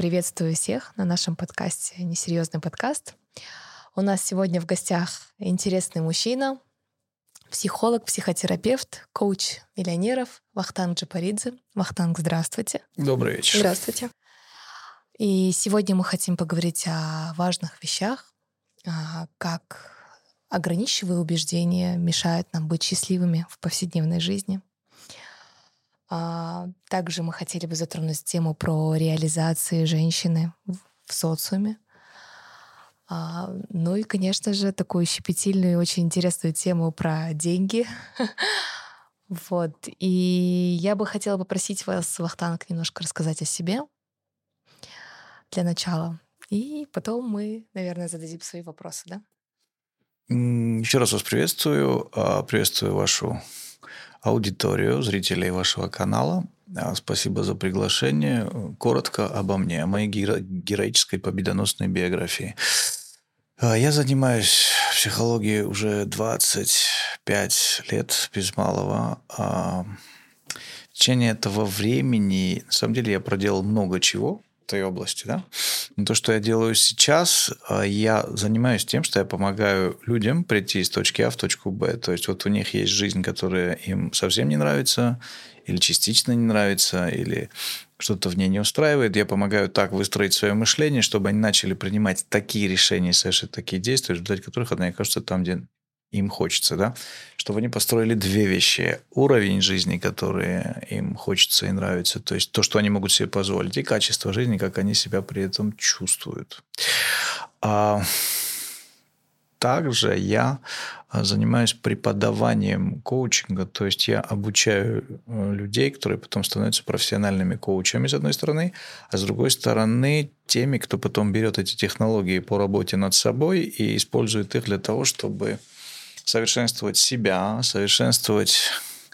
приветствую всех на нашем подкасте «Несерьезный подкаст». У нас сегодня в гостях интересный мужчина, психолог, психотерапевт, коуч миллионеров Вахтанг Джапаридзе. Вахтанг, здравствуйте. Добрый вечер. Здравствуйте. И сегодня мы хотим поговорить о важных вещах, как ограничивающие убеждения мешают нам быть счастливыми в повседневной жизни. Также мы хотели бы затронуть тему про реализацию женщины в социуме. Ну и, конечно же, такую щепетильную и очень интересную тему про деньги. Вот. И я бы хотела попросить вас, Вахтанг, немножко рассказать о себе для начала. И потом мы, наверное, зададим свои вопросы, да? Еще раз вас приветствую. Приветствую вашу аудиторию, зрителей вашего канала. Спасибо за приглашение. Коротко обо мне, о моей героической победоносной биографии. Я занимаюсь психологией уже 25 лет, без малого. В течение этого времени, на самом деле, я проделал много чего в этой области, да? Но то, что я делаю сейчас, я занимаюсь тем, что я помогаю людям прийти из точки А в точку Б. То есть вот у них есть жизнь, которая им совсем не нравится, или частично не нравится, или что-то в ней не устраивает. Я помогаю так выстроить свое мышление, чтобы они начали принимать такие решения, совершать такие действия, в результате которых они окажутся там, где им хочется, да? Чтобы они построили две вещи. Уровень жизни, который им хочется и нравится, то есть то, что они могут себе позволить, и качество жизни, как они себя при этом чувствуют. Также я занимаюсь преподаванием коучинга, то есть я обучаю людей, которые потом становятся профессиональными коучами, с одной стороны, а с другой стороны, теми, кто потом берет эти технологии по работе над собой и использует их для того, чтобы совершенствовать себя, совершенствовать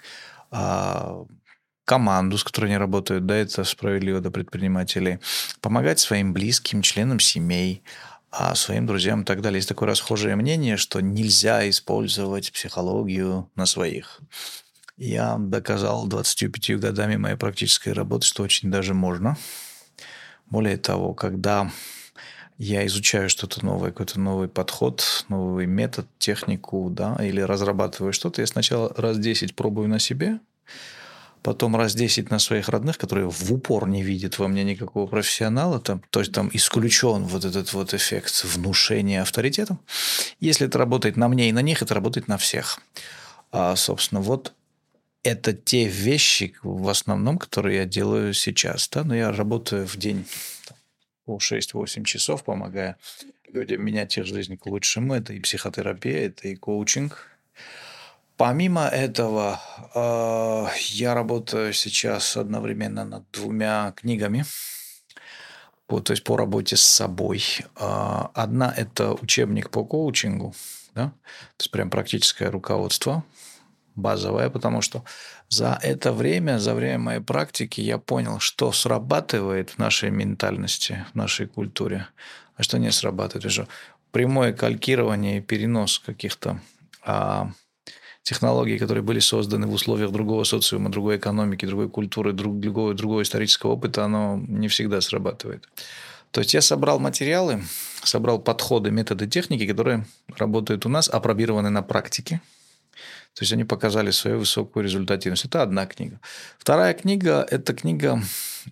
команду, с которой они работают, да, это справедливо для предпринимателей, помогать своим близким, членам семей, своим друзьям и так далее. Есть такое расхожее мнение, что нельзя использовать психологию на своих. Я доказал 25 годами моей практической работы, что очень даже можно. Более того, когда я изучаю что-то новое, какой-то новый подход, новый метод, технику, да, или разрабатываю что-то, я сначала раз 10 пробую на себе, потом раз 10 на своих родных, которые в упор не видят во мне никакого профессионала, то есть там исключен вот этот вот эффект внушения авторитетом. Если это работает на мне и на них, это работает на всех. Собственно, вот это те вещи, в основном, которые я делаю сейчас. Да? Но я работаю в день по 6-8 часов, помогая людям менять их жизнь к лучшему. Это и психотерапия, это и коучинг. Помимо этого, я работаю сейчас одновременно над 2 книгами, то есть по работе с собой. Одна – это учебник по коучингу, да? То есть прям практическое руководство, базовое, потому что за время моей практики я понял, что срабатывает в нашей ментальности, в нашей культуре, а что не срабатывает. Потому что прямое калькирование и перенос каких-то технологий, которые были созданы в условиях другого социума, другой экономики, другой культуры, другого исторического опыта, оно не всегда срабатывает. То есть я собрал материалы, собрал подходы, методы, техники, которые работают у нас, апробированы на практике. То есть они показали свою высокую результативность. Это одна книга. Вторая книга – это книга,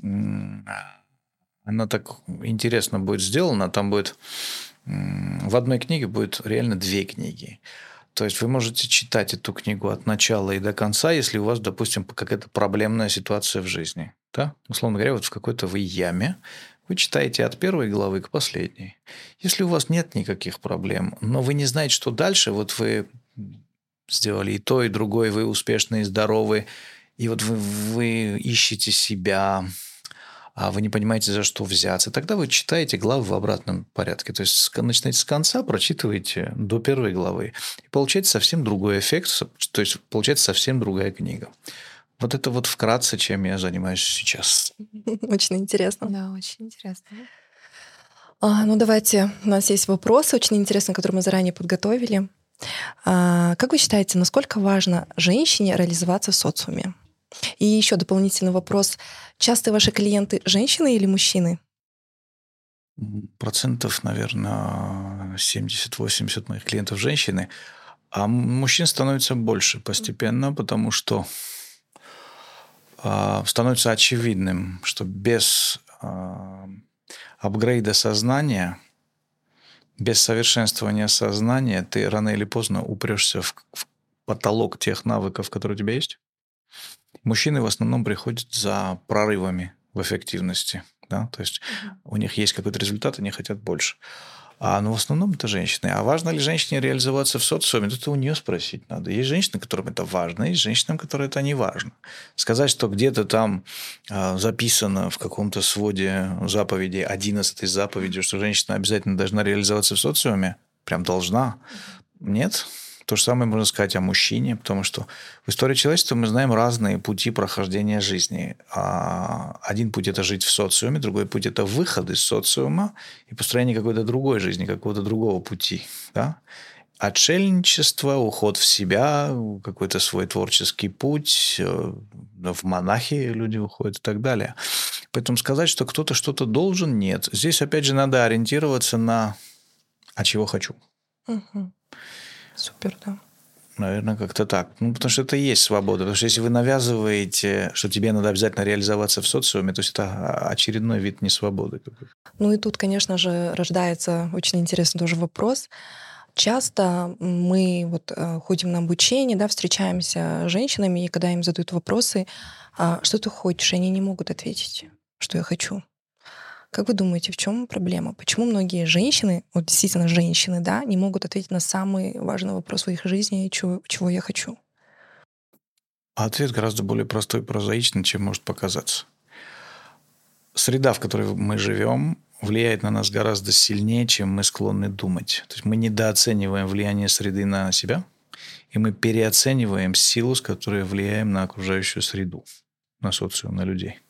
она так интересно будет сделана, там будет, в одной книге будет реально 2 книги. То есть вы можете читать эту книгу от начала и до конца, если у вас, допустим, какая-то проблемная ситуация в жизни. Да? Условно говоря, вот в какой-то вы яме, вы читаете от 1 главы к последней. Если у вас нет никаких проблем, но вы не знаете, что дальше, вот вы сделали и то, и другое, вы успешны и здоровы, и вот вы ищете себя, а вы не понимаете, за что взяться, тогда вы читаете главы в обратном порядке. То есть начинаете с конца, прочитываете до 1 главы. И получается совсем другой эффект, то есть получается совсем другая книга. Вот это вот вкратце, чем я занимаюсь сейчас. Очень интересно. Да, очень интересно. Ну, давайте, у нас есть вопросы очень интересные, которые мы заранее подготовили. Как вы считаете, насколько важно женщине реализоваться в социуме? И еще дополнительный вопрос. Часто ваши клиенты женщины или мужчины? процентов, наверное, 70-80 моих клиентов женщины, а мужчин становится больше постепенно, потому что становится очевидным, что без апгрейда сознания, без совершенствования сознания ты рано или поздно упрешься в потолок тех навыков, которые у тебя есть. Мужчины в основном приходят за прорывами в эффективности. Да? То есть у них есть какой-то результат, они хотят больше. Но в основном это женщины. А важно ли женщине реализоваться в социуме? Это у нее спросить надо. Есть женщины, которым это важно, есть женщинам, которым это не важно. Сказать, что где-то там записано в каком-то своде заповедей, 11 заповедей, что женщина обязательно должна реализоваться в социуме, прям должна. Нет. То же самое можно сказать о мужчине, потому что в истории человечества мы знаем разные пути прохождения жизни. Один путь – это жить в социуме, другой путь – это выход из социума и построение какой-то другой жизни, какого-то другого пути. Да? Отшельничество, уход в себя, какой-то свой творческий путь, в монахи люди уходят и так далее. Поэтому сказать, что кто-то что-то должен – нет. Здесь, опять же, надо ориентироваться на «а чего хочу?». Угу. Супер, да. Наверное, как-то так. Потому что это и есть свобода. Потому что если вы навязываете, что тебе надо обязательно реализоваться в социуме, то есть это очередной вид несвободы. И тут, конечно же, рождается очень интересный тоже вопрос. Часто мы ходим на обучение, да, встречаемся с женщинами, и когда им задают вопросы, что ты хочешь, они не могут ответить, что я хочу. Как вы думаете, в чем проблема? Почему многие женщины, действительно женщины, да, не могут ответить на самый важный вопрос в их жизни, чего я хочу? Ответ гораздо более простой и прозаичный, чем может показаться. Среда, в которой мы живем, влияет на нас гораздо сильнее, чем мы склонны думать. То есть мы недооцениваем влияние среды на себя, и мы переоцениваем силу, с которой влияем на окружающую среду, на социум, на людей.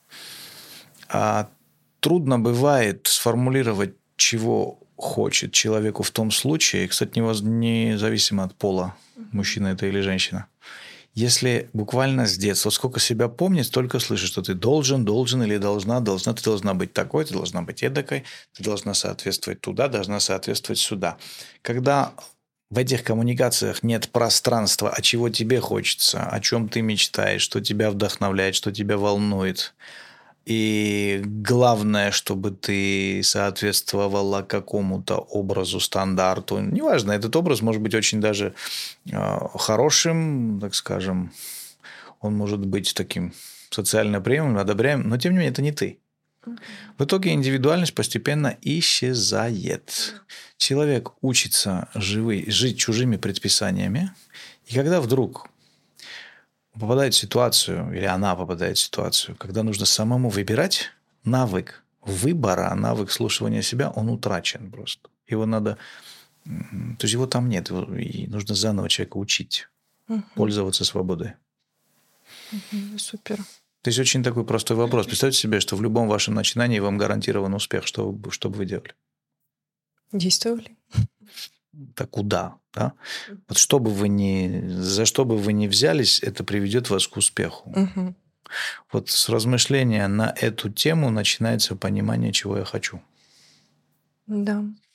Трудно бывает сформулировать, чего хочет человеку в том случае, кстати, независимо от пола, мужчина это или женщина. Если буквально с детства, сколько себя помнит, столько слышишь, что ты должен или должна, ты должна быть такой, ты должна быть эдакой, ты должна соответствовать туда, должна соответствовать сюда. Когда в этих коммуникациях нет пространства, а чего тебе хочется, о чем ты мечтаешь, что тебя вдохновляет, что тебя волнует, и главное, чтобы ты соответствовала какому-то образу, стандарту. Неважно, этот образ может быть очень даже хорошим, так скажем. Он может быть таким социально приемлемым, одобряемым, но тем не менее это не ты. В итоге индивидуальность постепенно исчезает. Человек учится жить чужими предписаниями, и когда вдруг попадает в ситуацию, или она попадает в ситуацию, когда нужно самому выбирать, навык выбора, навык слушания себя, он утрачен просто. Его надо... То есть его там нет. И нужно заново человека учить пользоваться свободой. Супер. То есть очень такой простой вопрос. Представьте себе, что в любом вашем начинании вам гарантирован успех. Что бы вы делали? Действовали. Так куда? Да? Вот за что бы вы ни взялись, это приведет вас к успеху. Угу. Вот с размышления на эту тему начинается понимание, чего я хочу. Да.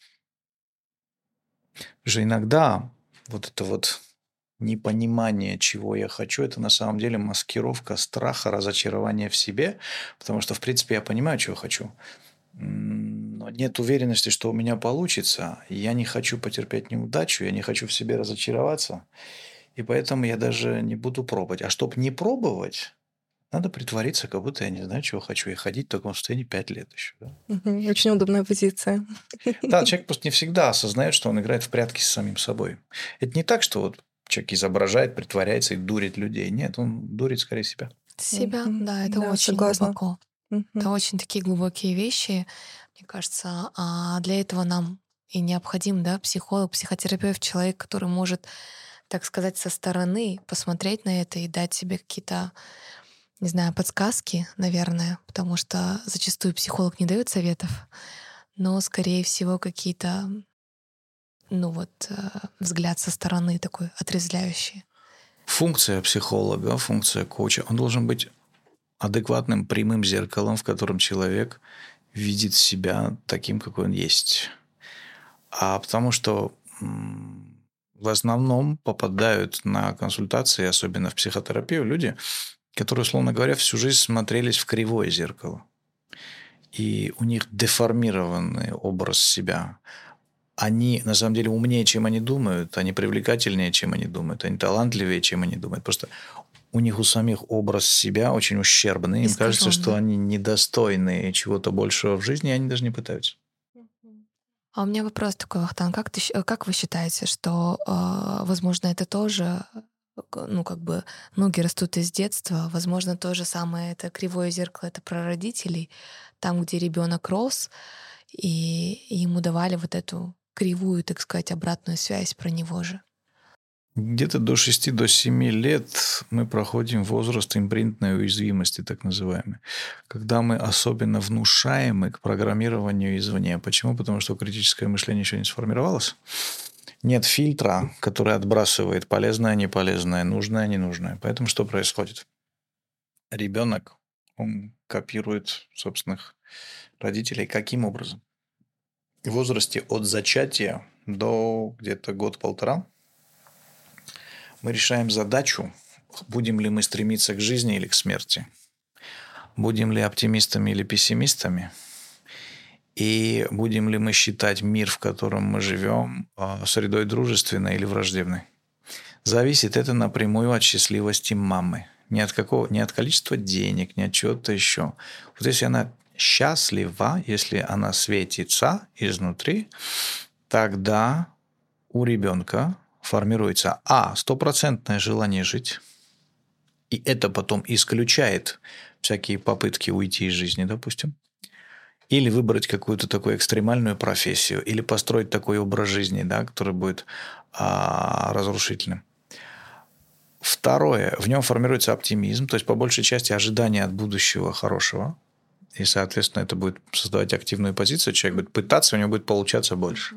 Потому что иногда вот это непонимание, чего я хочу, это на самом деле маскировка страха, разочарования в себе, потому что, в принципе, я понимаю, чего хочу. Но нет уверенности, что у меня получится. Я не хочу потерпеть неудачу, я не хочу в себе разочароваться. И поэтому я даже не буду пробовать. А чтобы не пробовать, надо притвориться, как будто я не знаю, чего хочу. И ходить в таком состоянии 5 лет еще. Да? Очень удобная позиция. Да, человек просто не всегда осознает, что он играет в прятки с самим собой. Это не так, что человек изображает, притворяется и дурит людей. Нет, он дурит скорее себя. Себя, да, это очень согласна. глубоко. Это очень такие глубокие вещи, мне кажется. А для этого нам и необходим, да, психолог, психотерапевт, человек, который может, так сказать, со стороны посмотреть на это и дать себе какие-то, не знаю, подсказки, наверное, потому что зачастую психолог не дает советов, но, скорее всего, какие-то, взгляд со стороны такой отрезвляющий. Функция психолога, функция коуча, он должен быть адекватным прямым зеркалом, в котором человек видит себя таким, какой он есть. А потому что в основном попадают на консультации, особенно в психотерапию, люди, которые, условно говоря, всю жизнь смотрелись в кривое зеркало. И у них деформированный образ себя. Они, на самом деле, умнее, чем они думают, они привлекательнее, чем они думают, они талантливее, чем они думают. Просто у них у самих образ себя очень ущербный. Им кажется, что они недостойны чего-то большего в жизни, и они даже не пытаются. А у меня вопрос такой, Вахтанг, как вы считаете, что, возможно, это тоже, ноги растут из детства, возможно, то же самое, это кривое зеркало, это про родителей, там, где ребенок рос, и ему давали вот эту кривую, так сказать, обратную связь про него же? Где-то до 6-7 лет мы проходим возраст импринтной уязвимости, так называемый, когда мы особенно внушаемы к программированию извне. Почему? Потому что критическое мышление еще не сформировалось. Нет фильтра, который отбрасывает полезное, неполезное, нужное, ненужное. Поэтому что происходит? Ребенок, он копирует собственных родителей. Каким образом? В возрасте от зачатия до где-то год-полтора мы решаем задачу, будем ли мы стремиться к жизни или к смерти, будем ли оптимистами или пессимистами, и будем ли мы считать мир, в котором мы живем, средой дружественной или враждебной. Зависит это напрямую от счастливости мамы. Не от количества денег, не от чего-то еще. Вот если она счастлива, если она светится изнутри, тогда у ребенка формируется стопроцентное желание жить, и это потом исключает всякие попытки уйти из жизни, допустим, или выбрать какую-то такую экстремальную профессию, или построить такой образ жизни, да, который будет разрушительным. Второе, в нем формируется оптимизм, то есть по большей части ожидание от будущего хорошего, и, соответственно, это будет создавать активную позицию, человек будет пытаться, у него будет получаться больше.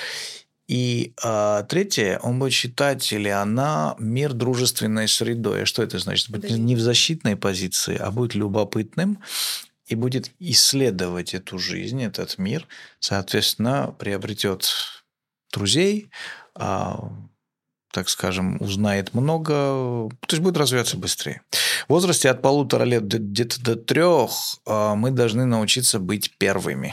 И третье, он будет считать, или она, мир дружественной средой. А что это значит? Будет не в защитной позиции, а будет любопытным и будет исследовать эту жизнь, этот мир. Соответственно, приобретет друзей, так скажем, узнает много, то есть будет развиваться быстрее. В возрасте от 1,5 лет где-то до 3 мы должны научиться быть первыми.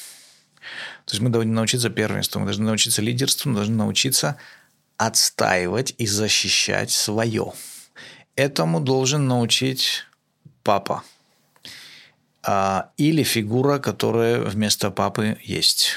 То есть мы должны научиться первенству, мы должны научиться лидерству, мы должны научиться отстаивать и защищать свое. Этому должен научить папа. Или фигура, которая вместо папы есть.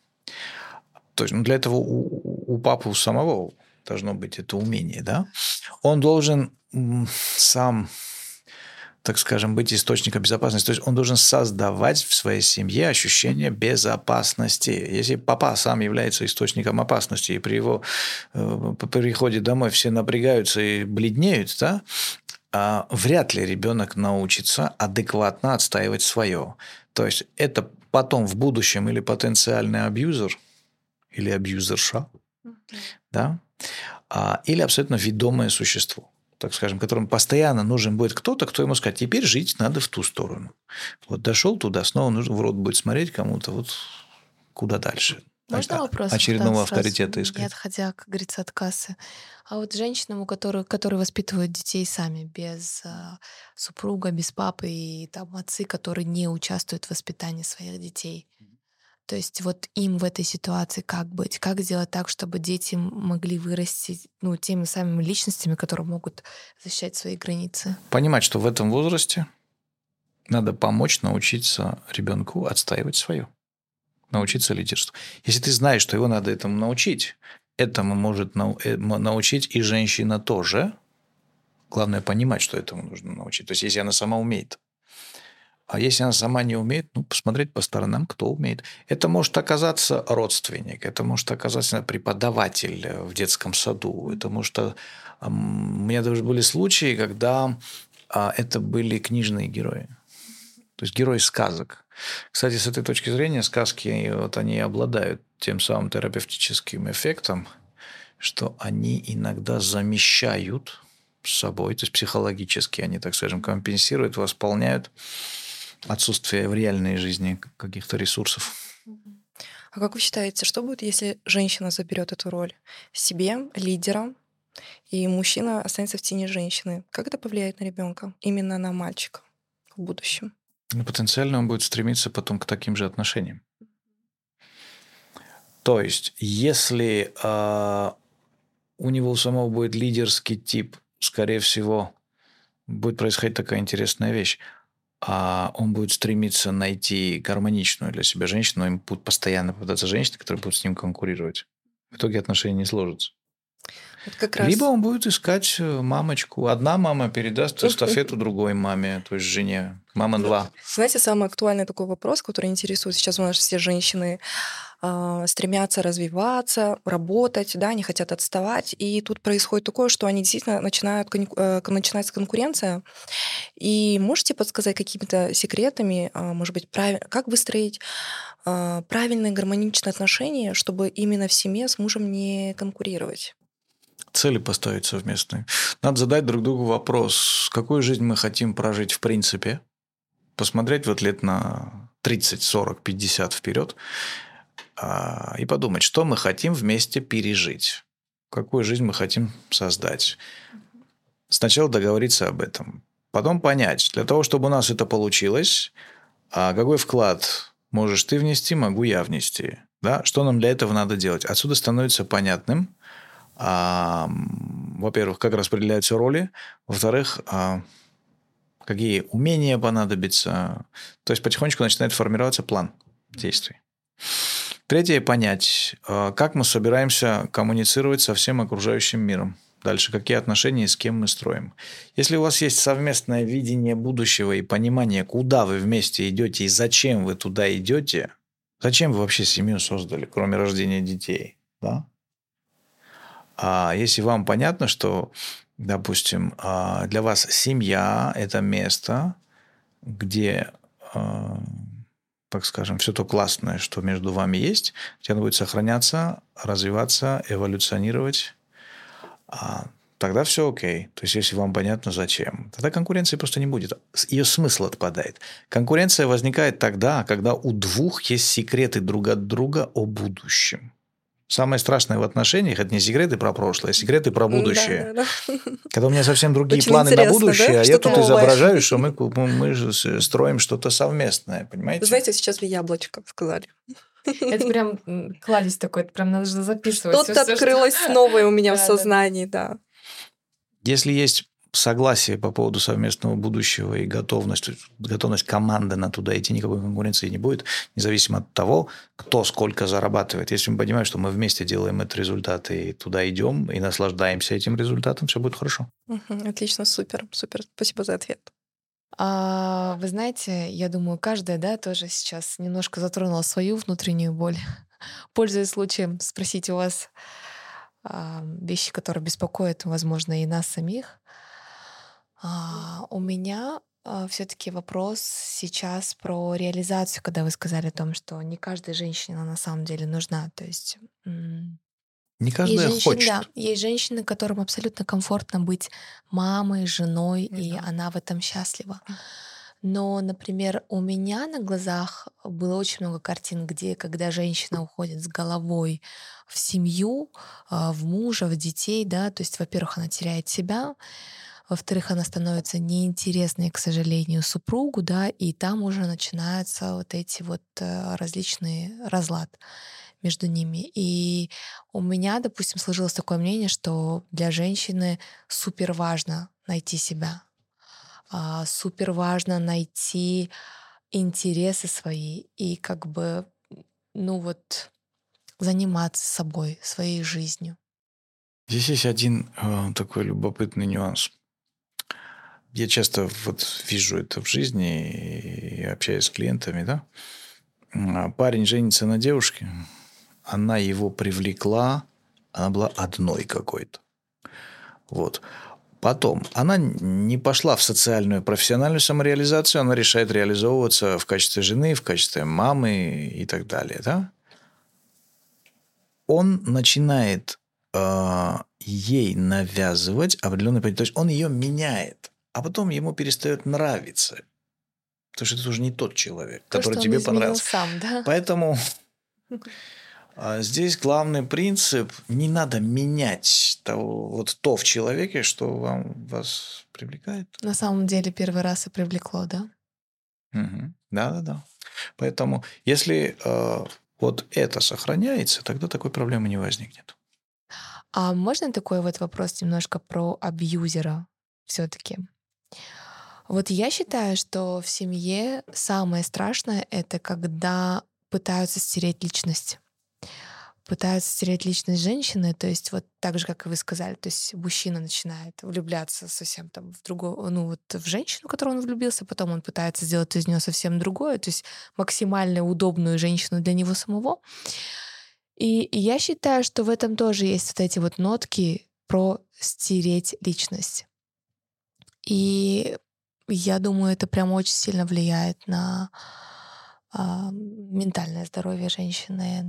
То есть для этого у папы у самого должно быть это умение. Да? Он должен сам, так скажем, быть источником безопасности. То есть он должен создавать в своей семье ощущение безопасности. Если папа сам является источником опасности, и при его приходе домой все напрягаются и бледнеют, да, вряд ли ребенок научится адекватно отстаивать свое. То есть это потом в будущем или потенциальный абьюзер, или абьюзерша, да, или абсолютно ведомое существо, так скажем, которому постоянно нужен будет кто-то, кто ему скажет, теперь жить надо в ту сторону. Вот дошел туда, снова нужно в рот будет смотреть кому-то, вот куда дальше. Можно вопрос? Очередного авторитета искать. Не отходя, как говорится, от кассы. А вот женщинам, которые воспитывают детей сами, без супруга, без папы, и там отцы, которые не участвуют в воспитании своих детей. То есть вот им в этой ситуации как быть? Как сделать так, чтобы дети могли вырасти теми самыми личностями, которые могут защищать свои границы? Понимать, что в этом возрасте надо помочь научиться ребенку отстаивать свое. Научиться лидерству. Если ты знаешь, что его надо этому научить, этому может научить и женщина тоже. Главное понимать, что этому нужно научить. То есть если она сама умеет. А если она сама не умеет, посмотреть по сторонам, кто умеет. Это может оказаться родственник, это может оказаться преподаватель в детском саду. Это может... У меня даже были случаи, когда это были книжные герои. То есть герои сказок. Кстати, с этой точки зрения сказки, вот они обладают тем самым терапевтическим эффектом, что они иногда замещают с собой, то есть психологически они, так скажем, компенсируют, восполняют отсутствие в реальной жизни каких-то ресурсов. А как вы считаете, что будет, если женщина заберет эту роль себе, лидера, и мужчина останется в тени женщины? Как это повлияет на ребенка, именно на мальчика в будущем? Ну, потенциально он будет стремиться потом к таким же отношениям. То есть, если у него у самого будет лидерский тип, скорее всего, будет происходить такая интересная вещь. Он будет стремиться найти гармоничную для себя женщину, им будут постоянно попадаться женщины, которые будут с ним конкурировать. В итоге отношения не сложатся. Вот как раз... Либо он будет искать мамочку. Одна мама передаст эстафету другой маме, то есть жене. Мама два. Знаете, самый актуальный такой вопрос, который интересует сейчас у нас все женщины, стремятся развиваться, работать, да, они хотят отставать. И тут происходит такое, что они действительно начинается конкуренция. И можете подсказать какими-то секретами, может быть, как выстроить правильные гармоничные отношения, чтобы именно в семье с мужем не конкурировать? Цели поставить совместные. Надо задать друг другу вопрос, какую жизнь мы хотим прожить в принципе, посмотреть вот лет на 30, 40, 50 вперед и подумать, что мы хотим вместе пережить, какую жизнь мы хотим создать. Сначала договориться об этом, потом понять, для того, чтобы у нас это получилось, какой вклад можешь ты внести, могу я внести, да? Что нам для этого надо делать. Отсюда становится понятным, во-первых, как распределяются роли, во-вторых, какие умения понадобятся. То есть потихонечку начинает формироваться план действий. Третье – понять, как мы собираемся коммуницировать со всем окружающим миром. Дальше, какие отношения и с кем мы строим. Если у вас есть совместное видение будущего и понимание, куда вы вместе идете и зачем вы туда идете, зачем вы вообще семью создали, кроме рождения детей, да? А если вам понятно, что, допустим, для вас семья – это место, где, так скажем, все то классное, что между вами есть, где оно будет сохраняться, развиваться, эволюционировать, тогда все окей. То есть, если вам понятно, зачем, тогда конкуренции просто не будет. Ее смысл отпадает. Конкуренция возникает тогда, когда у двух есть секреты друг от друга о будущем. Самое страшное в отношениях – это не секреты про прошлое, а секреты про будущее. Да. Когда у меня совсем другие Очень планы на интересно, будущее, да? а я Что-то тут новое. изображаю, что мы же строим что-то совместное, понимаете? Вы знаете, сейчас ли яблочко сказали? Это прям кладезь такой, это прям надо записывать. Что-то открылось новое у меня в Да. сознании, да. Если есть согласие по поводу совместного будущего и готовность команды на туда идти, никакой конкуренции не будет, независимо от того, кто сколько зарабатывает. Если мы понимаем, что мы вместе делаем этот результат и туда идем, и наслаждаемся этим результатом, все будет хорошо. Отлично, супер. Спасибо за ответ. Вы знаете, я думаю, каждая, да, тоже сейчас немножко затронула свою внутреннюю боль. Пользуясь случаем, спросить у вас вещи, которые беспокоят, возможно, и нас самих. У меня все-таки вопрос сейчас про реализацию, когда вы сказали о том, что не каждой женщине она на самом деле нужна. То есть Не каждая хочет. Да, есть женщины, которым абсолютно комфортно быть мамой, женой, и Да. она в этом счастлива. Но, например, у меня на глазах было очень много картин, где, когда женщина уходит с головой в семью, в мужа, в детей, да, то есть, во-первых, она теряет себя, во-вторых, она становится неинтересной, к сожалению, супругу, да, и там уже начинаются вот эти вот различные разлад между ними. И у меня, допустим, сложилось такое мнение, что для женщины супер важно найти себя, супер важно найти интересы свои и как бы, заниматься собой, своей жизнью. Здесь есть один такой любопытный нюанс. Я часто вижу это в жизни и общаюсь с клиентами, да. Парень женится на девушке, она его привлекла, она была одной какой-то. Вот. Потом она не пошла в социальную, профессиональную самореализацию, она решает реализовываться в качестве жены, в качестве мамы и так далее, да. Он начинает ей навязывать определенный путь, то есть он ее меняет, а потом ему перестает нравиться. То Потому что это уже не тот человек, То, который что он тебе изменил понравился. сам, да? Поэтому здесь главный принцип – не надо менять то в человеке, что вас привлекает. На самом деле первый раз и привлекло, да? Мгм. Да. Поэтому если вот это сохраняется, тогда такой проблемы не возникнет. А можно такой вот вопрос немножко про абьюзера все-таки? Вот я считаю, что в семье самое страшное — это когда пытаются стереть личность. Пытаются стереть личность женщины, то есть вот так же, как и вы сказали, то есть мужчина начинает влюбляться совсем там в другого, ну вот в женщину, в которую он влюбился, потом он пытается сделать из нее совсем другое, то есть максимально удобную женщину для него самого. И я считаю, что в этом тоже есть вот эти вот нотки про стереть личность. И я думаю, это прям очень сильно влияет на ментальное здоровье женщины,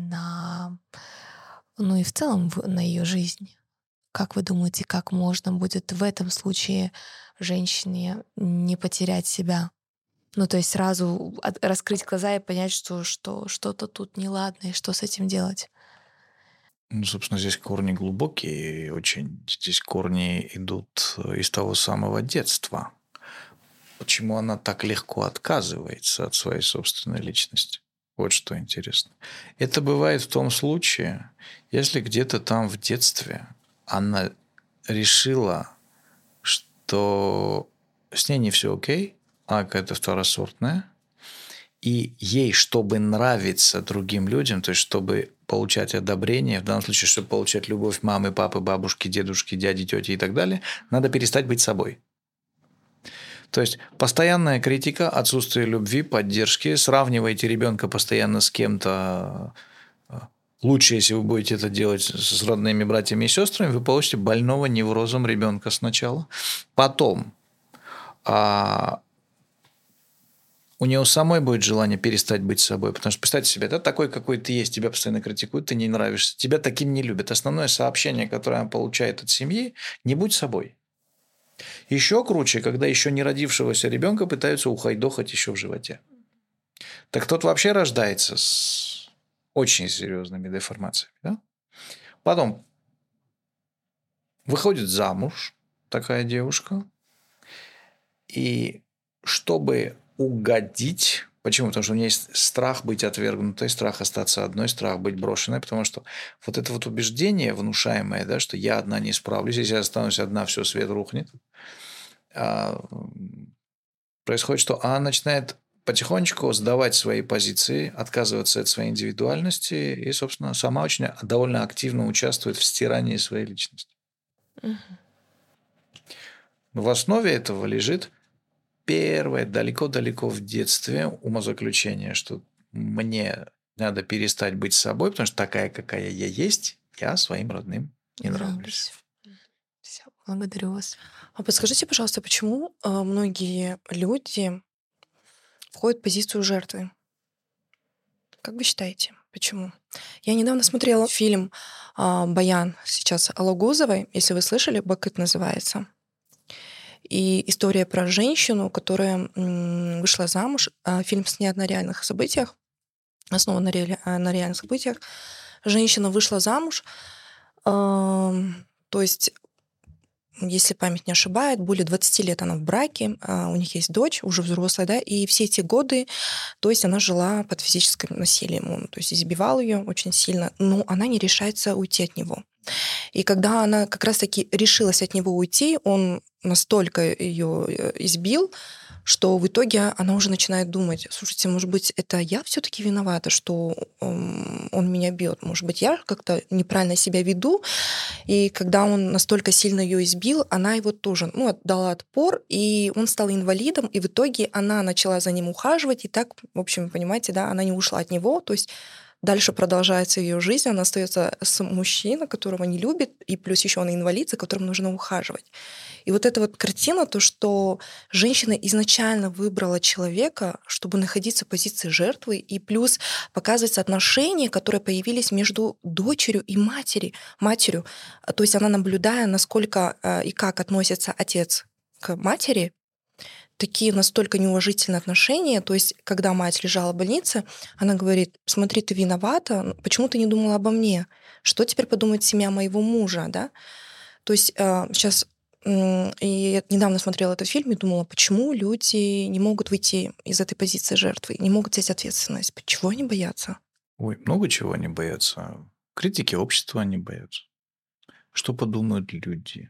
ну и в целом на ее жизнь. Как вы думаете, как можно будет в этом случае женщине не потерять себя? Ну, то есть сразу раскрыть глаза и понять, что что-то тут неладно, и что с этим делать? Ну, собственно, здесь корни глубокие, очень. Здесь корни идут из того самого детства. Почему она так легко отказывается от своей собственной личности? Вот что интересно. Это бывает в том случае, если где-то там в детстве она решила, что с ней не все окей, а какая-то второсортная, и ей, чтобы нравиться другим людям, то есть чтобы получать одобрение, в данном случае, чтобы получать любовь мамы, папы, бабушки, дедушки, дяди, тети и так далее, надо перестать быть собой. То есть постоянная критика, отсутствие любви, поддержки, сравниваете ребенка постоянно с кем-то. Лучше, если вы будете это делать с родными братьями и сестрами, вы получите больного неврозом ребенка сначала. Потом у нее самой будет желание перестать быть собой. Потому что представьте себе, да, такой, какой ты есть, тебя постоянно критикуют, ты не нравишься, тебя таким не любят. Основное сообщение, которое она получает от семьи – не будь собой. Еще круче, когда еще не родившегося ребенка пытаются ухайдохать еще в животе. Так тот вообще рождается с очень серьезными деформациями. Да? Потом выходит замуж такая девушка, и чтобы угодить. Почему? Потому что у меня есть страх быть отвергнутой, страх остаться одной, страх быть брошенной, потому что вот это вот убеждение внушаемое, да, что я одна не справлюсь, если я останусь одна, все, свет рухнет. Происходит, что она начинает потихонечку сдавать свои позиции, отказываться от своей индивидуальности и, собственно, сама очень довольно активно участвует в стирании своей личности. Но в основе этого лежит первое, далеко-далеко в детстве умозаключение, что мне надо перестать быть собой, потому что такая, какая я есть, я своим родным не нравлюсь. Все, благодарю вас. А подскажите, пожалуйста, почему многие люди входят в позицию жертвы? Как вы считаете, почему? Я недавно смотрела фильм «Баян» сейчас Алагузовой, если вы слышали, «Бакыт» называется. И история про женщину, которая вышла замуж. Фильм снят на реальных событиях, основан на реальных событиях. Женщина вышла замуж, то есть, если память не ошибает, более 20 лет она в браке, у них есть дочь, уже взрослая, да, и все эти годы, то есть она жила под физическим насилием, он, то есть избивал ее очень сильно, но она не решается уйти от него. И когда она как раз-таки решилась от него уйти, он настолько ее избил, что в итоге она уже начинает думать: слушайте, может быть, это я все-таки виновата, что он меня бьет, может быть, я как-то неправильно себя веду. И когда он настолько сильно ее избил, она его тоже дала отпор, и он стал инвалидом, и в итоге она начала за ним ухаживать, и так, в общем, понимаете, да, она не ушла от него, то есть дальше продолжается ее жизнь, она остается с мужчиной, которого не любит, и плюс еще он инвалид, за которым нужно ухаживать. И вот эта вот картина, то, что женщина изначально выбрала человека, чтобы находиться в позиции жертвы, и плюс показывается отношения, которые появились между дочерью и матерью. То есть она, наблюдая, насколько и как относится отец к матери, такие настолько неуважительные отношения. То есть, когда мать лежала в больнице, она говорит: смотри, ты виновата, почему ты не думала обо мне? Что теперь подумает семья моего мужа, да? То есть сейчас и я недавно смотрела этот фильм и думала, почему люди не могут выйти из этой позиции жертвы, не могут взять ответственность, чего они боятся? Ой, много чего они боятся. Критики общества они боятся. Что подумают люди?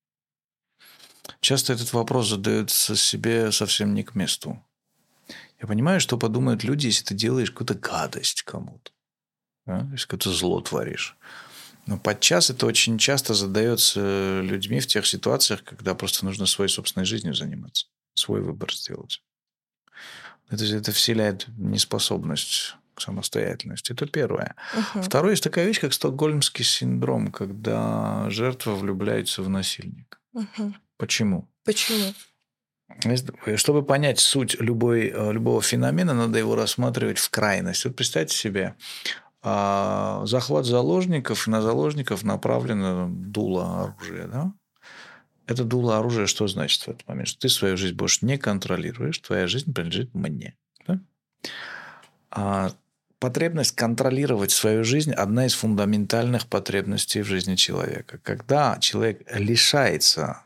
Часто этот вопрос задается себе совсем не к месту. Я понимаю, что подумают люди, если ты делаешь какую-то гадость кому-то, да? Если какое-то зло творишь. Но подчас это очень часто задается людьми в тех ситуациях, когда просто нужно своей собственной жизнью заниматься, свой выбор сделать. Это вселяет неспособность к самостоятельности. Это первое. Второе, есть такая вещь, как стокгольмский синдром, когда жертва влюбляется в насильника. Почему? Почему? Чтобы понять суть любого феномена, надо его рассматривать в крайность. Вот представьте себе, захват заложников, и на заложников направлено дуло оружия. Да? Это дуло оружия что значит в этот момент? Что ты свою жизнь больше не контролируешь, твоя жизнь принадлежит мне. Да? Потребность контролировать свою жизнь – одна из фундаментальных потребностей в жизни человека. Когда человек лишается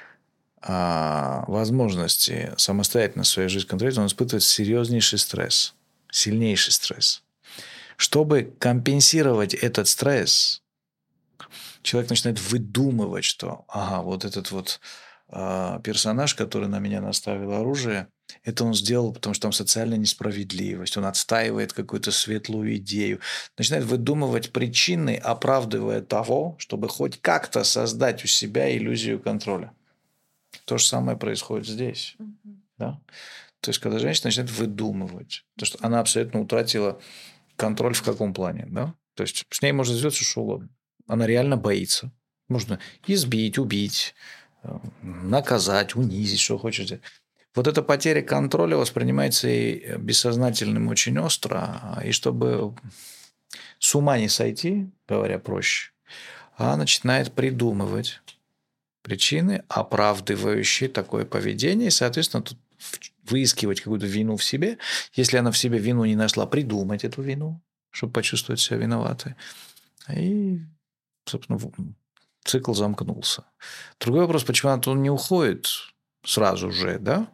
возможности самостоятельно свою жизнь контролировать, он испытывает серьезнейший стресс, сильнейший стресс. Чтобы компенсировать этот стресс, человек начинает выдумывать, что вот этот вот персонаж, который на меня наставил оружие, это он сделал, потому что там социальная несправедливость, он отстаивает какую-то светлую идею. Начинает выдумывать причины, оправдывая того, чтобы хоть как-то создать у себя иллюзию контроля. То же самое происходит здесь. Да? То есть, когда женщина начинает выдумывать, потому что она абсолютно утратила контроль в каком плане. Да? То есть, с ней можно сделать все, что угодно. Она реально боится. Можно избить, убить, наказать, унизить, что хочешь. Вот эта потеря контроля воспринимается и бессознательным очень остро. И чтобы с ума не сойти, говоря проще, она начинает придумывать причины, оправдывающие такое поведение, и, соответственно, тут выискивать какую-то вину в себе. Если она в себе вину не нашла, придумать эту вину, чтобы почувствовать себя виноватой. И, собственно, цикл замкнулся. Другой вопрос, почему она не уходит сразу же, да?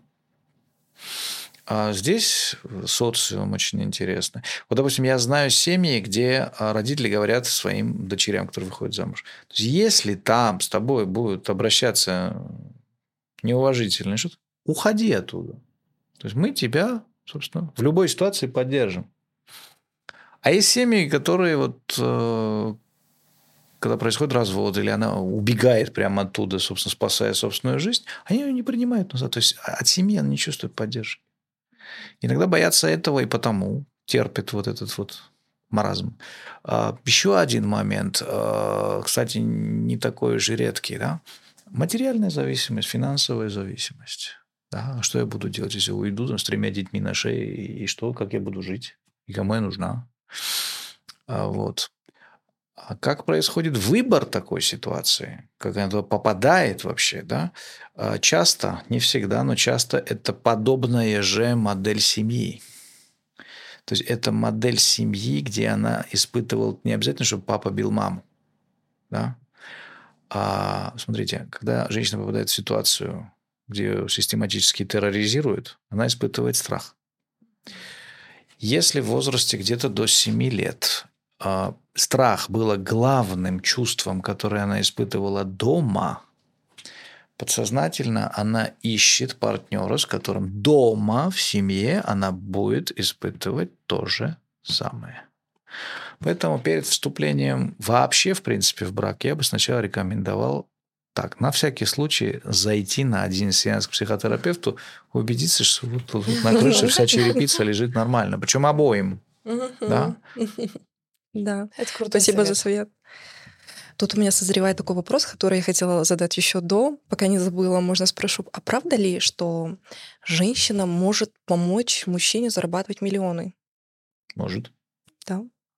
А здесь социум очень интересный. Вот, допустим, я знаю семьи, где родители говорят своим дочерям, которые выходят замуж. То есть, если там с тобой будут обращаться неуважительно, что-то, уходи оттуда. То есть, мы тебя, собственно, в любой ситуации поддержим. А есть семьи, которые когда происходит развод, или она убегает прямо оттуда, собственно, спасая собственную жизнь, они ее не принимают назад. То есть, от семьи она не чувствует поддержки. Иногда боятся этого и потому терпят вот этот вот маразм. Еще один момент, кстати, не такой уж и редкий, да? Материальная зависимость, финансовая зависимость. Да? Что я буду делать, если уйду с 3 детьми на шее, и что, как я буду жить, и кому я нужна? Вот. А как происходит выбор такой ситуации, как она туда попадает вообще, да? Часто, не всегда, но часто это подобная же модель семьи. То есть это модель семьи, где она испытывала не обязательно, чтобы папа бил маму, да? А смотрите, когда женщина попадает в ситуацию, где ее систематически терроризируют, она испытывает страх. Если в возрасте где-то до 7 лет страх было главным чувством, которое она испытывала дома, подсознательно она ищет партнера, с которым дома, в семье, она будет испытывать то же самое. Поэтому перед вступлением вообще, в принципе, в брак я бы сначала рекомендовал так, на всякий случай зайти на один сеанс к психотерапевту, убедиться, что тут на крыше вся черепица лежит нормально. Причем обоим. Да? Да. Это крутой Спасибо за совет. совет. Тут у меня созревает такой вопрос, который я хотела задать еще до, пока не забыла. Можно спрошу, а правда ли, что женщина может помочь мужчине зарабатывать миллионы? Может. Да.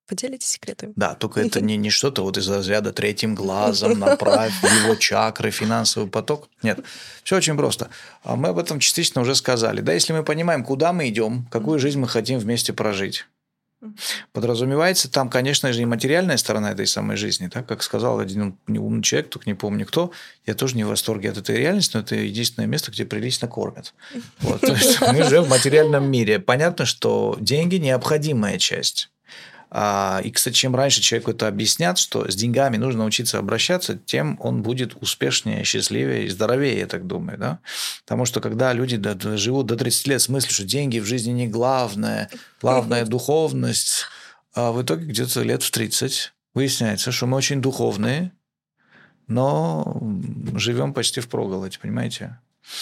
Поделитесь секретами. Да, только это не что-то вот из разряда третьим глазом направь его чакры, финансовый поток. Нет, все очень просто. Мы об этом частично уже сказали. Да, если мы понимаем, куда мы идем, какую жизнь мы хотим вместе прожить, подразумевается там, конечно же, и материальная сторона этой самой жизни. Так, как сказал один умный человек, только не помню кто, я тоже не в восторге от этой реальности, но это единственное место, где прилично кормят. Вот, то есть мы живем в материальном мире. Понятно, что деньги – необходимая часть. И, кстати, чем раньше человеку это объяснят, что с деньгами нужно научиться обращаться, тем он будет успешнее, счастливее и здоровее, я так думаю. Да? Потому что когда люди живут до 30 лет с мыслью, что деньги в жизни не главное, главная духовность, а в итоге где-то лет в 30 выясняется, что мы очень духовные, но живем почти впроголодь, понимаете?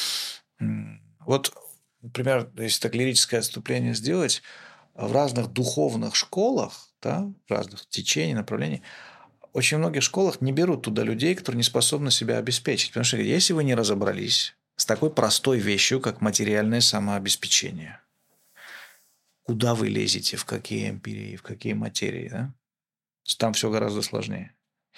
Вот, например, если так лирическое отступление сделать, в разных духовных школах, да, в разных течениях, направлениях, очень многих школах не берут туда людей, которые не способны себя обеспечить. Потому что если вы не разобрались с такой простой вещью, как материальное самообеспечение, куда вы лезете, в какие империи, в какие материи, да? Там все гораздо сложнее.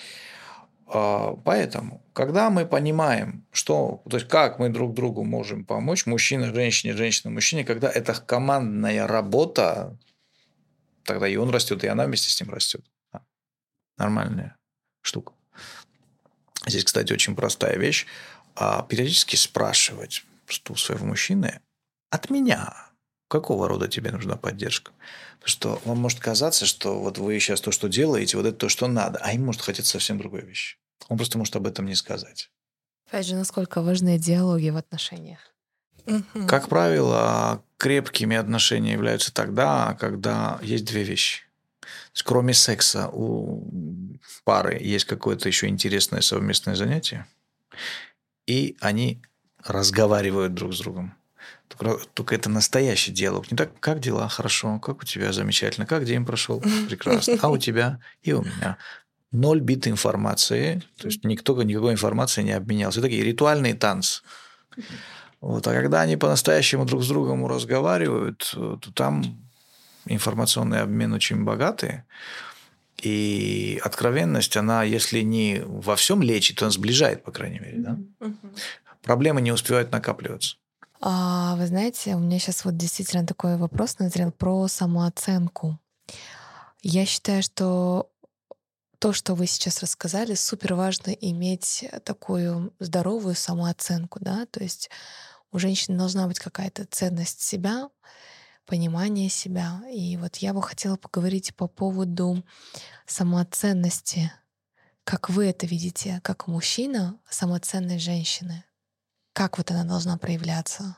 Поэтому, когда мы понимаем, что, то есть как мы друг другу можем помочь, мужчина женщине, женщина мужчине, когда это командная работа, тогда и он растет, и она вместе с ним растет. Нормальная штука. Здесь, кстати, очень простая вещь. Периодически спрашивать, что у своего мужчины от меня, какого рода тебе нужна поддержка. Потому что вам может казаться, что вот вы сейчас то, что делаете, вот это то, что надо, а им может хотеть совсем другой вещи. Он просто может об этом не сказать. Опять же, насколько важны диалоги в отношениях. Как правило, крепкими отношения являются тогда, когда есть две вещи. То есть, кроме секса у пары есть какое-то еще интересное совместное занятие, и они разговаривают друг с другом. Только это настоящий диалог. Не так, как дела? Хорошо. Как у тебя? Замечательно. Как день прошел? Прекрасно. А у тебя? И у меня. 0 бит информации. То есть никто никакой информации не обменялся. Это такие ритуальные танцы. Вот. А когда они по-настоящему друг с другом разговаривают, то там информационный обмен очень богатый. И откровенность, она, если не во всем лечит, то она сближает, по крайней мере. Да? Проблемы не успевают накапливаться. Вы знаете, у меня сейчас вот действительно такой вопрос назрел про самооценку. Я считаю, что то, что вы сейчас рассказали, супер важно иметь такую здоровую самооценку, да, то есть у женщины должна быть какая-то ценность себя, понимание себя. И вот я бы хотела поговорить по поводу самоценности. Как вы это видите, как мужчина, самоценность женщины? Как вот она должна проявляться?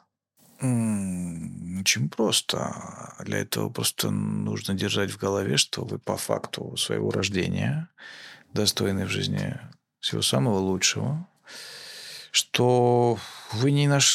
Очень просто. Для этого просто нужно держать в голове, что вы по факту своего рождения достойны в жизни всего самого лучшего, что вы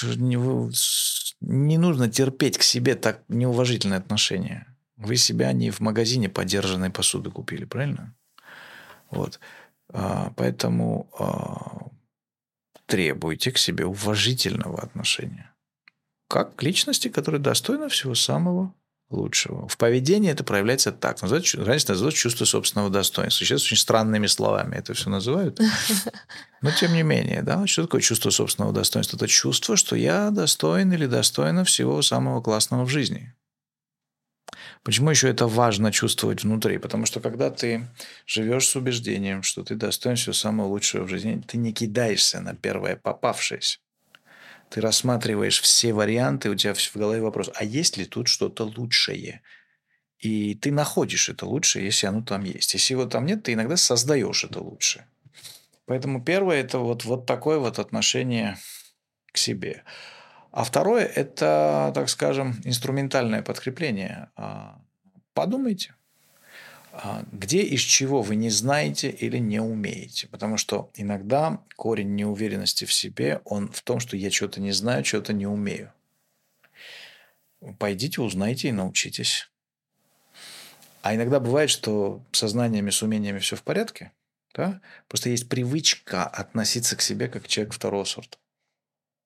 не нужно терпеть к себе так неуважительное отношение. Вы себя не в магазине подержанной посуды купили, правильно? Вот. Поэтому требуйте к себе уважительного отношения. Как к личности, которая достойна всего самого лучшего. В поведении это проявляется так. Называется чувство собственного достоинства. Сейчас очень странными словами это все называют. Но тем не менее, да, что такое чувство собственного достоинства? Это чувство, что я достоин или достойна всего самого классного в жизни. Почему еще это важно чувствовать внутри? Потому что когда ты живешь с убеждением, что ты достоин всего самого лучшего в жизни, ты не кидаешься на первое попавшееся. Ты рассматриваешь все варианты, у тебя в голове вопрос, а есть ли тут что-то лучшее? И ты находишь это лучшее, если оно там есть. Если его там нет, ты иногда создаешь это лучшее. Поэтому первое – это вот такое вот отношение к себе. А второе – это, так скажем, инструментальное подкрепление. Подумайте, где из чего вы не знаете или не умеете. Потому что иногда корень неуверенности в себе, он в том, что я что-то не знаю, что-то не умею. Пойдите, узнайте и научитесь. А иногда бывает, что с знаниями, с умениями все в порядке. Да? Просто есть привычка относиться к себе как человек второго сорта.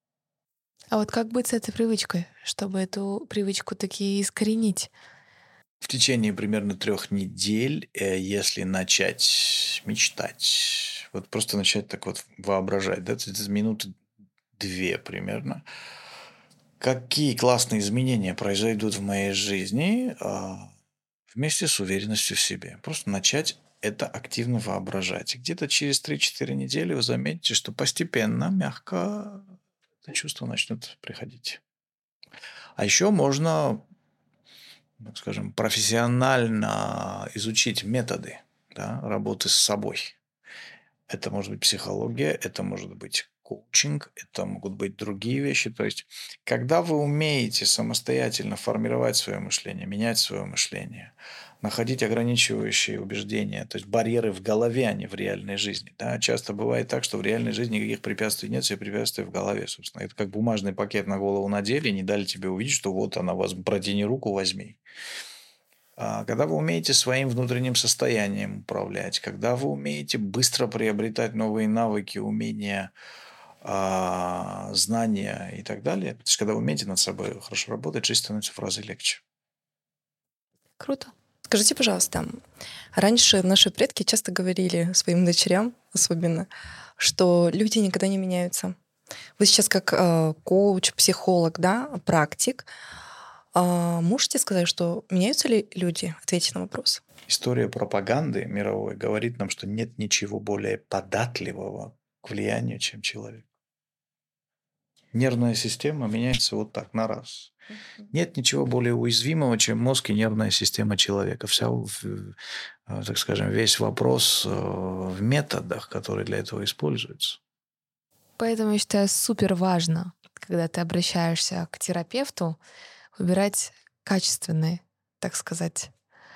А вот как быть с этой привычкой, чтобы эту привычку таки искоренить? в течение примерно 3 недель, если начать мечтать, вот просто начать так вот воображать, да, это минуты 2 примерно, какие классные изменения произойдут в моей жизни вместе с уверенностью в себе. Просто начать это активно воображать. И где-то через 3-4 недели вы заметите, что постепенно, мягко это чувство начнет приходить. А еще можно, так скажем, профессионально изучить методы, да, работы с собой. Это может быть психология, это может быть коучинг, это могут быть другие вещи. То есть, когда вы умеете самостоятельно формировать свое мышление, менять свое мышление, находить ограничивающие убеждения, то есть барьеры в голове, а не в реальной жизни. Да? Часто бывает так, что в реальной жизни никаких препятствий нет, все препятствия в голове, собственно. Это как бумажный пакет на голову надели, не дали тебе увидеть, что вот она, протяни руку, возьми. Когда вы умеете своим внутренним состоянием управлять, когда вы умеете быстро приобретать новые навыки, умения, знания и так далее, то есть когда вы умеете над собой хорошо работать, жизнь становится в разы легче. Круто. Скажите, пожалуйста, раньше наши предки часто говорили своим дочерям особенно, что люди никогда не меняются. Вы сейчас как коуч, психолог, да, практик, можете сказать, что меняются ли люди? Ответьте на вопрос. История пропаганды мировой говорит нам, что нет ничего более податливого к влиянию, чем человек. Нервная система меняется вот так, на раз. Нет ничего более уязвимого, чем мозг и нервная система человека. Так скажем, весь вопрос в методах, которые для этого используются. Поэтому я считаю супер важно, когда ты обращаешься к терапевту, выбирать качественный, так сказать.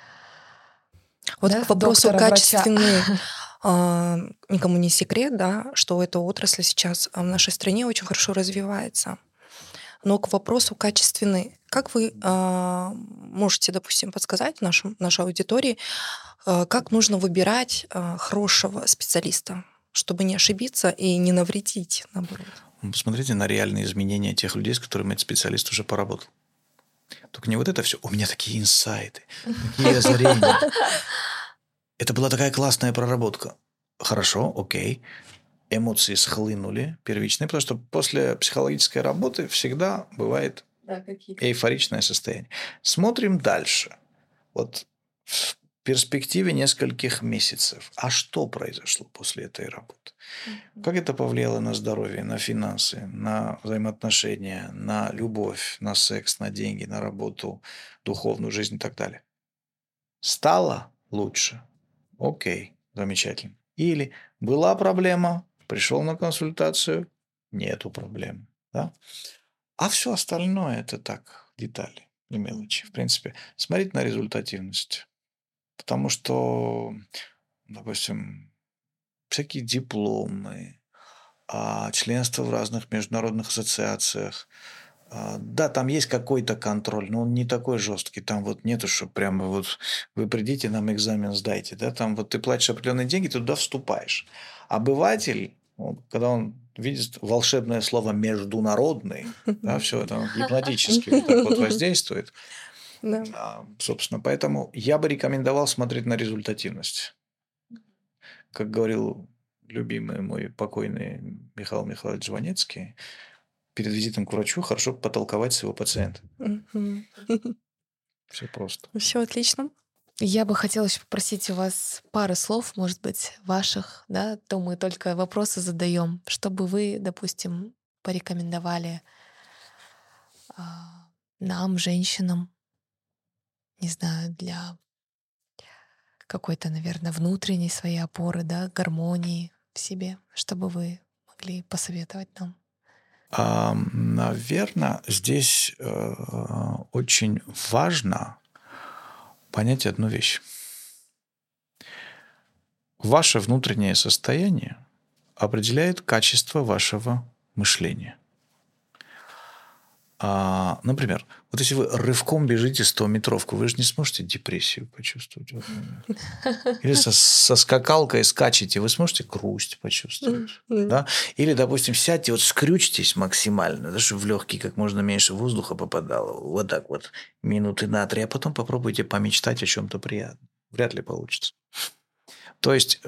Вот Да, к вопросу доктора-врача. качественный, никому не секрет, да, что эта отрасль сейчас в нашей стране очень хорошо развивается. Но к вопросу качественный, как вы можете, допустим, подсказать нашей аудитории, как нужно выбирать хорошего специалиста, чтобы не ошибиться и не навредить, наоборот? Посмотрите на реальные изменения тех людей, с которыми этот специалист уже поработал. Только не вот это все. У меня такие инсайты, такие озарения. Это была такая классная проработка. Хорошо, окей. Эмоции схлынули первичные, потому что после психологической работы всегда бывает эйфоричное состояние. Смотрим дальше. Вот в перспективе нескольких месяцев. А что произошло после этой работы? Как это повлияло на здоровье, на финансы, на взаимоотношения, на любовь, на секс, на деньги, на работу, духовную жизнь и так далее? Стало лучше? Окей, замечательно. Или была проблема, пришел на консультацию, нету проблем. Да? А все остальное это так, детали и мелочи. В принципе, смотреть на результативность. Потому что, допустим, всякие дипломы, членство в разных международных ассоциациях. Да, там есть какой-то контроль, но он не такой жесткий. Там вот нету, что прямо вот вы придите, нам экзамен сдайте. Да? Там вот ты платишь определенные деньги, ты туда вступаешь. Обыватель, когда он видит волшебное слово «международный», да, все это гипнотически вот так вот воздействует. Да. Собственно, поэтому я бы рекомендовал смотреть на результативность. Как говорил любимый мой покойный Михаил Михайлович Жванецкий, перед визитом к врачу хорошо потолковать с его пациентом. Все просто. Все отлично. Я бы хотела еще попросить у вас пары слов, может быть, ваших, да, то мы только вопросы задаем, чтобы вы, допустим, порекомендовали нам, женщинам, не знаю, для какой-то, наверное, внутренней своей опоры, да, гармонии в себе, чтобы вы могли посоветовать нам. Наверное, здесь очень важно понять одну вещь. Ваше внутреннее состояние определяет качество вашего мышления. Например, вот если вы рывком бежите 100-метровку, вы же не сможете депрессию почувствовать в этот момент. Или со скакалкой скачете, вы сможете грусть почувствовать. Да? Или, допустим, сядьте, вот скрючьтесь максимально, да, чтобы в легкие как можно меньше воздуха попадало. Вот так вот минуты на 3, а потом попробуйте помечтать о чем-то приятном. Вряд ли получится. То есть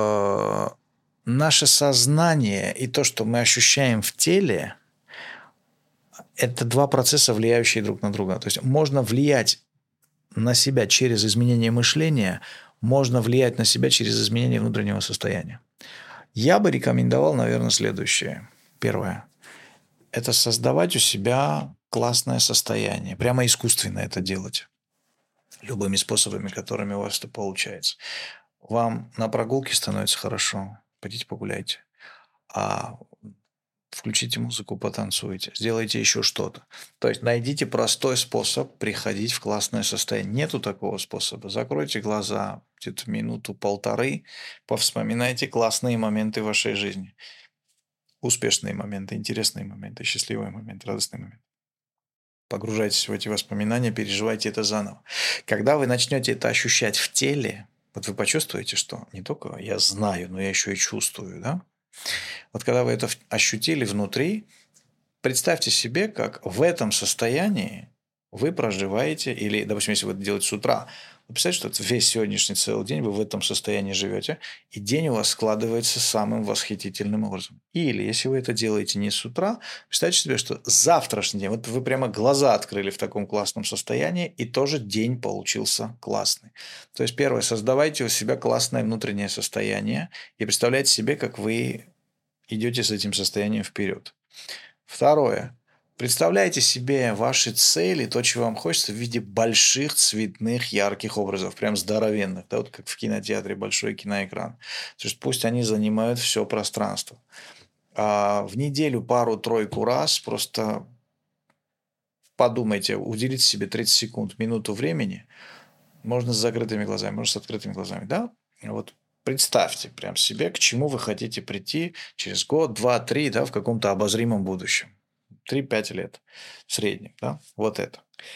наше сознание и то, что мы ощущаем в теле, это два процесса, влияющие друг на друга. То есть можно влиять на себя через изменение мышления, можно влиять на себя через изменение внутреннего состояния. Я бы рекомендовал, наверное, следующее. Первое. Это создавать у себя классное состояние. Прямо искусственно это делать. Любыми способами, которыми у вас это получается. Вам на прогулке становится хорошо. Пойдите погуляйте. Включите музыку, потанцуйте, сделайте еще что-то. То есть найдите простой способ приходить в классное состояние. Нету такого способа. Закройте глаза где-то минуту-полторы, повспоминайте классные моменты вашей жизни. Успешные моменты, интересные моменты, счастливые моменты, радостные моменты. Погружайтесь в эти воспоминания, переживайте это заново. Когда вы начнете это ощущать в теле, вот вы почувствуете, что не только я знаю, но я еще и чувствую, да? Вот когда вы это ощутили внутри, представьте себе, как в этом состоянии вы проживаете, или, допустим, если вы это делаете с утра, вы представьте, что весь сегодняшний целый день вы в этом состоянии живете, и день у вас складывается самым восхитительным образом. Или, если вы это делаете не с утра, представьте себе, что завтрашний день, вот вы прямо глаза открыли в таком классном состоянии, и тоже день получился классный. То есть, первое, создавайте у себя классное внутреннее состояние, и представляйте себе, как вы идете с этим состоянием вперед. Второе. Представляйте себе ваши цели, то, чего вам хочется, в виде больших, цветных, ярких образов, прям здоровенных, да, вот как в кинотеатре большой киноэкран. То есть пусть они занимают все пространство. А в неделю пару-тройку раз просто подумайте, уделите себе 30 секунд, минуту времени. Можно с закрытыми глазами, можно с открытыми глазами, да? Вот представьте прям себе, к чему вы хотите прийти через год, 2, 3, да, в каком-то обозримом будущем. 3-5 лет в среднем, да, вот это.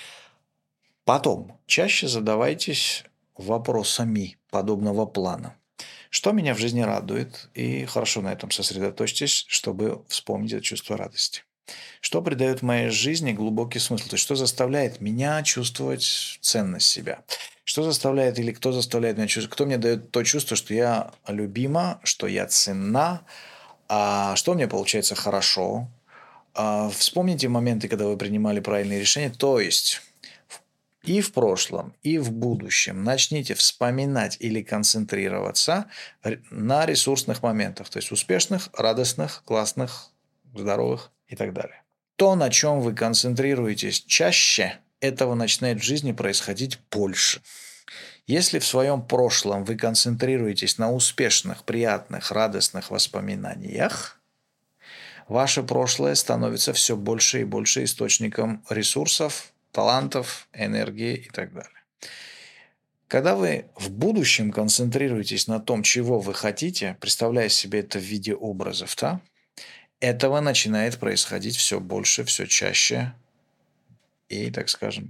Потом чаще задавайтесь вопросами подобного плана. Что меня в жизни радует? И хорошо на этом сосредоточьтесь, чтобы вспомнить это чувство радости. Что придает моей жизни глубокий смысл? То есть, что заставляет меня чувствовать ценность себя? Что заставляет или кто заставляет меня чувствовать? Кто мне дает то чувство, что я любима, что я ценна, что мне получается хорошо? Вспомните моменты, когда вы принимали правильные решения. То есть и в прошлом, и в будущем начните вспоминать или концентрироваться на ресурсных моментах. То есть успешных, радостных, классных, здоровых и так далее. То, на чем вы концентрируетесь чаще, этого начинает в жизни происходить больше. Если в своем прошлом вы концентрируетесь на успешных, приятных, радостных воспоминаниях, ваше прошлое становится все больше и больше источником ресурсов, талантов, энергии и так далее. Когда вы в будущем концентрируетесь на том, чего вы хотите, представляя себе это в виде образов, да, этого начинает происходить все больше, все чаще и, так скажем,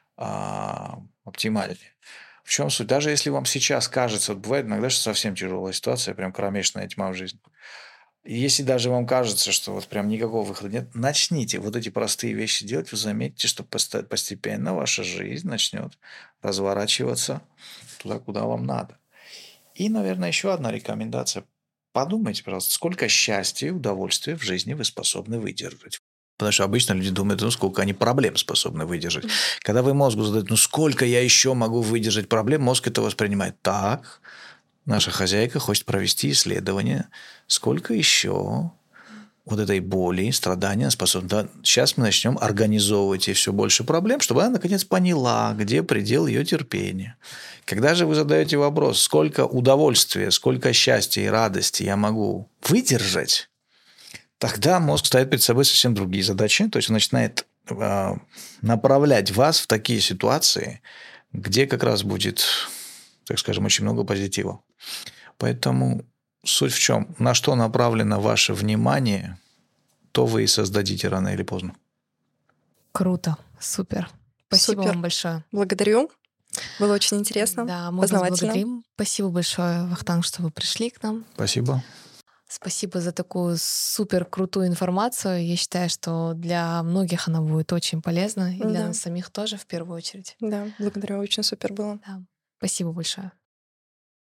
оптимальнее. В чем суть? Даже если вам сейчас кажется, вот бывает иногда, что совсем тяжелая ситуация, прям кромешная тьма в жизни. И если даже вам кажется, что вот прям никакого выхода нет, начните вот эти простые вещи делать, вы заметите, что постепенно ваша жизнь начнет разворачиваться туда, куда вам надо. И, наверное, еще одна рекомендация. Подумайте, пожалуйста, сколько счастья и удовольствия в жизни вы способны выдержать. Потому что обычно люди думают, сколько они проблем способны выдержать. Когда вы мозгу задаете, сколько я еще могу выдержать проблем, мозг это воспринимает так. Наша хозяйка хочет провести исследование, сколько еще вот этой боли, страдания способна. Да, сейчас мы начнем организовывать ей все больше проблем, чтобы она наконец поняла, где предел ее терпения. Когда же вы задаете вопрос, сколько удовольствия, сколько счастья и радости я могу выдержать, тогда мозг ставит перед собой совсем другие задачи. То есть он начинает направлять вас в такие ситуации, где как раз будет, так скажем, очень много позитива. Поэтому суть в чем? На что направлено ваше внимание, то вы и создадите рано или поздно. Круто, супер. Спасибо Супер. вам большое. Благодарю. Было очень интересно, Да, мы вас познавательно. благодарим. Спасибо большое, Вахтанг, что вы пришли к нам. Спасибо. Спасибо за такую супер крутую информацию. Я считаю, что для многих она будет очень полезна, и для Да, нас самих тоже в первую очередь. да, благодарю, очень супер было. Да. Спасибо большое.